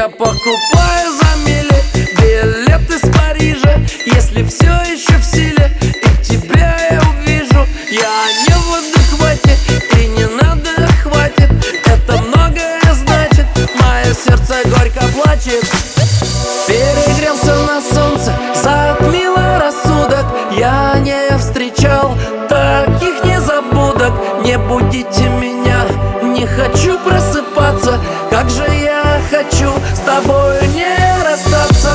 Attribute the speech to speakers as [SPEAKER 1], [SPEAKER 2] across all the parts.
[SPEAKER 1] Я покупаю за мили билет из Парижа. Если все еще в силе и тебя я увижу, я не в адеквате и не надо хватит. Это многое значит, мое сердце горько плачет. Перегрелся на солнце, затмило рассудок. Я не встречал таких незабудок. Не будите меня, не хочу просыпаться. Как же я хочу с тобою не расстаться.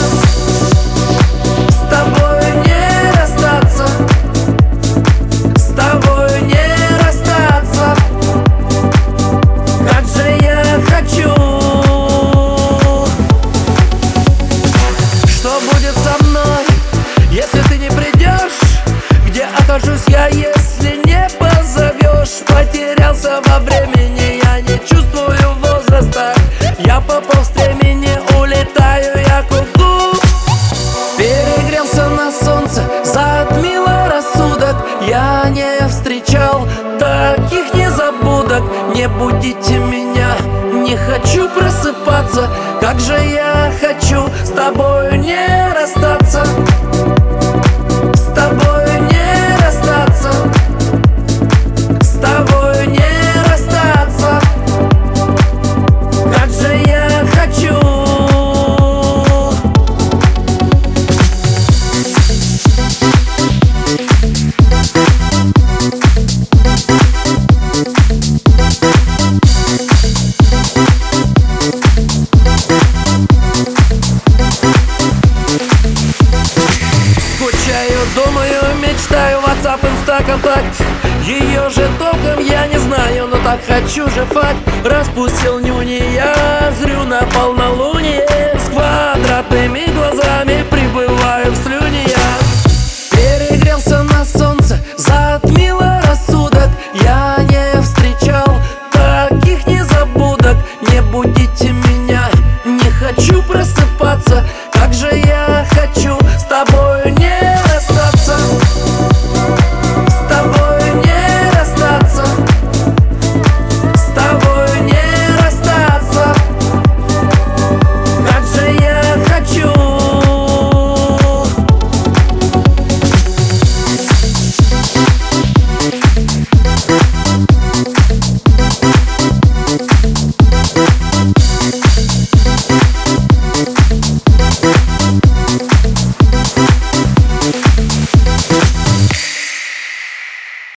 [SPEAKER 1] С тобою не расстаться. С тобою не расстаться. Как же я хочу. Что будет со мной, если ты не придешь? Где окажусь я, если не позовешь? Потерялся во времени, я не чувствую возраста. Я попал в стремени, улетаю я ку-ку. Перегрелся на солнце, затмило рассудок. Я не встречал таких незабудок. Не будите меня, не хочу просыпаться. Как же я хочу с тобою не расстаться. С тобою не расстаться. С тобою не расстаться. Как же я хочу. Скучаю, думаю, мечтаю, WhatsApp, Insta, контакт. Ее же толком я не знаю, но так хочу же факт. Распустил нюни, я зрю на полнолуние. С квадратными глазами прибываю в